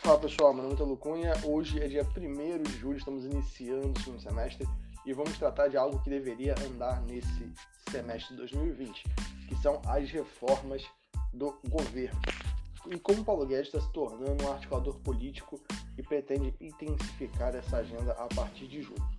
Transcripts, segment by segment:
Fala pessoal, meu nome é Ítalo Cunha. Hoje é dia 1º de julho, estamos iniciando o segundo semestre e vamos tratar de algo que deveria andar nesse semestre de 2020, que são as reformas do governo. E como Paulo Guedes está se tornando um articulador político e pretende intensificar essa agenda a partir de julho.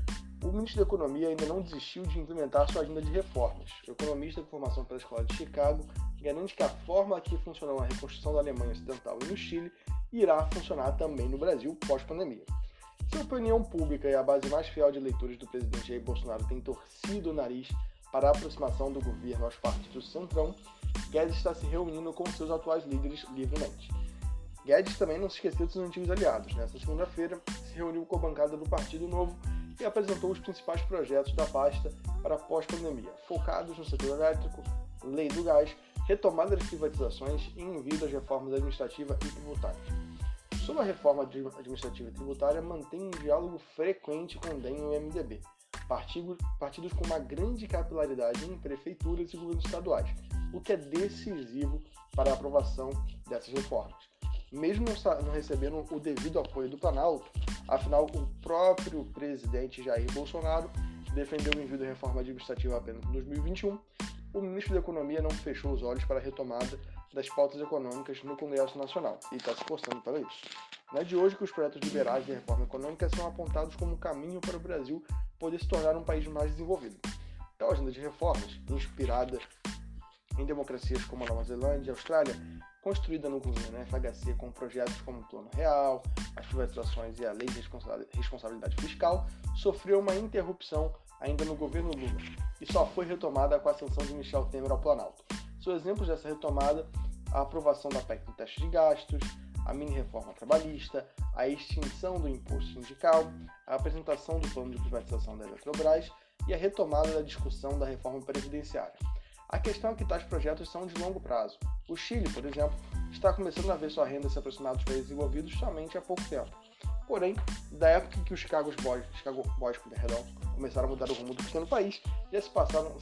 O ministro da Economia ainda não desistiu de implementar sua agenda de reformas. O economista de formação pela Escola de Chicago garante que a forma que funcionou na reconstrução da Alemanha Ocidental e no Chile irá funcionar também no Brasil pós-pandemia. Se a opinião pública e a base mais fiel de eleitores do presidente Jair Bolsonaro tem torcido o nariz para a aproximação do governo aos partidos centrão, Guedes está se reunindo com seus atuais líderes livremente. Guedes também não se esqueceu dos antigos aliados. Nesta segunda-feira, se reuniu com a bancada do Partido Novo e apresentou os principais projetos da pasta para a pós-pandemia, focados no setor elétrico, lei do gás, retomada das privatizações e envio das reformas administrativa e tributária. Sobre a reforma administrativa e tributária, mantém um diálogo frequente com o DEM e o MDB, partidos com uma grande capilaridade em prefeituras e governos estaduais, o que é decisivo para a aprovação dessas reformas. Mesmo não recebendo o devido apoio do Planalto, afinal, o próprio presidente Jair Bolsonaro defendeu o envio da reforma administrativa apenas em 2021, o ministro da Economia não fechou os olhos para a retomada das pautas econômicas no Congresso Nacional e está se esforçando para isso. Não é de hoje que os projetos liberais de reforma econômica são apontados como um caminho para o Brasil poder se tornar um país mais desenvolvido. Tal agenda de reformas, inspirada em democracias como a Nova Zelândia e a Austrália, construída no governo FHC com projetos como o Plano Real, as privatizações e a Lei de Responsabilidade Fiscal, sofreu uma interrupção ainda no governo Lula e só foi retomada com a ascensão de Michel Temer ao Planalto. São exemplos dessa retomada a aprovação da PEC do teste de gastos, a mini-reforma trabalhista, a extinção do imposto sindical, a apresentação do plano de privatização da Eletrobras e a retomada da discussão da reforma previdenciária. A questão é que tais projetos são de longo prazo. O Chile, por exemplo, está começando a ver sua renda se aproximar dos países desenvolvidos somente há pouco tempo. Porém, da época em que os Chicago Boys começaram a mudar o rumo do pequeno país, já se passaram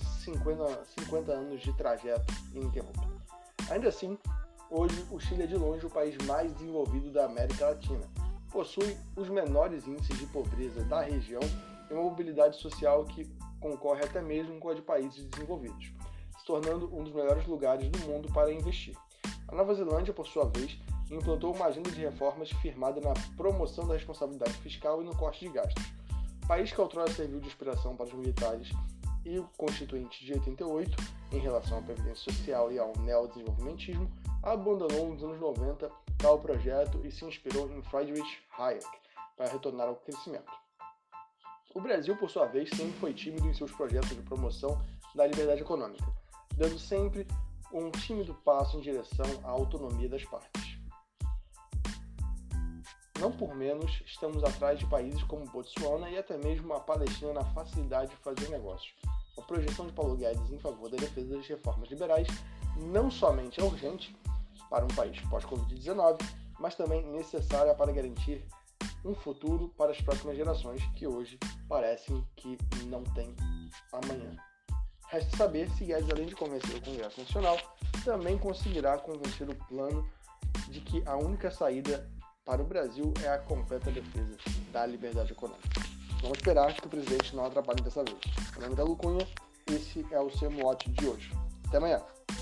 50 anos de trajeto ininterrupto. Ainda assim, hoje o Chile é de longe o país mais desenvolvido da América Latina. Possui os menores índices de pobreza da região e uma mobilidade social que concorre até mesmo com a de países desenvolvidos, se tornando um dos melhores lugares do mundo para investir. A Nova Zelândia, por sua vez, implantou uma agenda de reformas firmada na promoção da responsabilidade fiscal e no corte de gastos. O país que outrora serviu de inspiração para os militares e o Constituinte de 88, em relação à previdência social e ao neodesenvolvimentismo, abandonou nos anos 90 tal projeto e se inspirou em Friedrich Hayek para retornar ao crescimento. O Brasil, por sua vez, sempre foi tímido em seus projetos de promoção da liberdade econômica, dando sempre um tímido passo em direção à autonomia das partes. Não por menos, estamos atrás de países como Botsuana e até mesmo a Palestina na facilidade de fazer negócios. A projeção de Paulo Guedes em favor da defesa das reformas liberais não somente é urgente para um país pós-Covid-19, mas também necessária para garantir um futuro para as próximas gerações que hoje parecem que não têm amanhã. Resta saber se Guedes, além de convencer o Congresso Nacional, também conseguirá convencer o plano de que a única saída para o Brasil é a completa defesa da liberdade econômica. Vamos esperar que o presidente não atrapalhe dessa vez. Meu nome é Ítalo Cunha, esse é o seu mote de hoje. Até amanhã!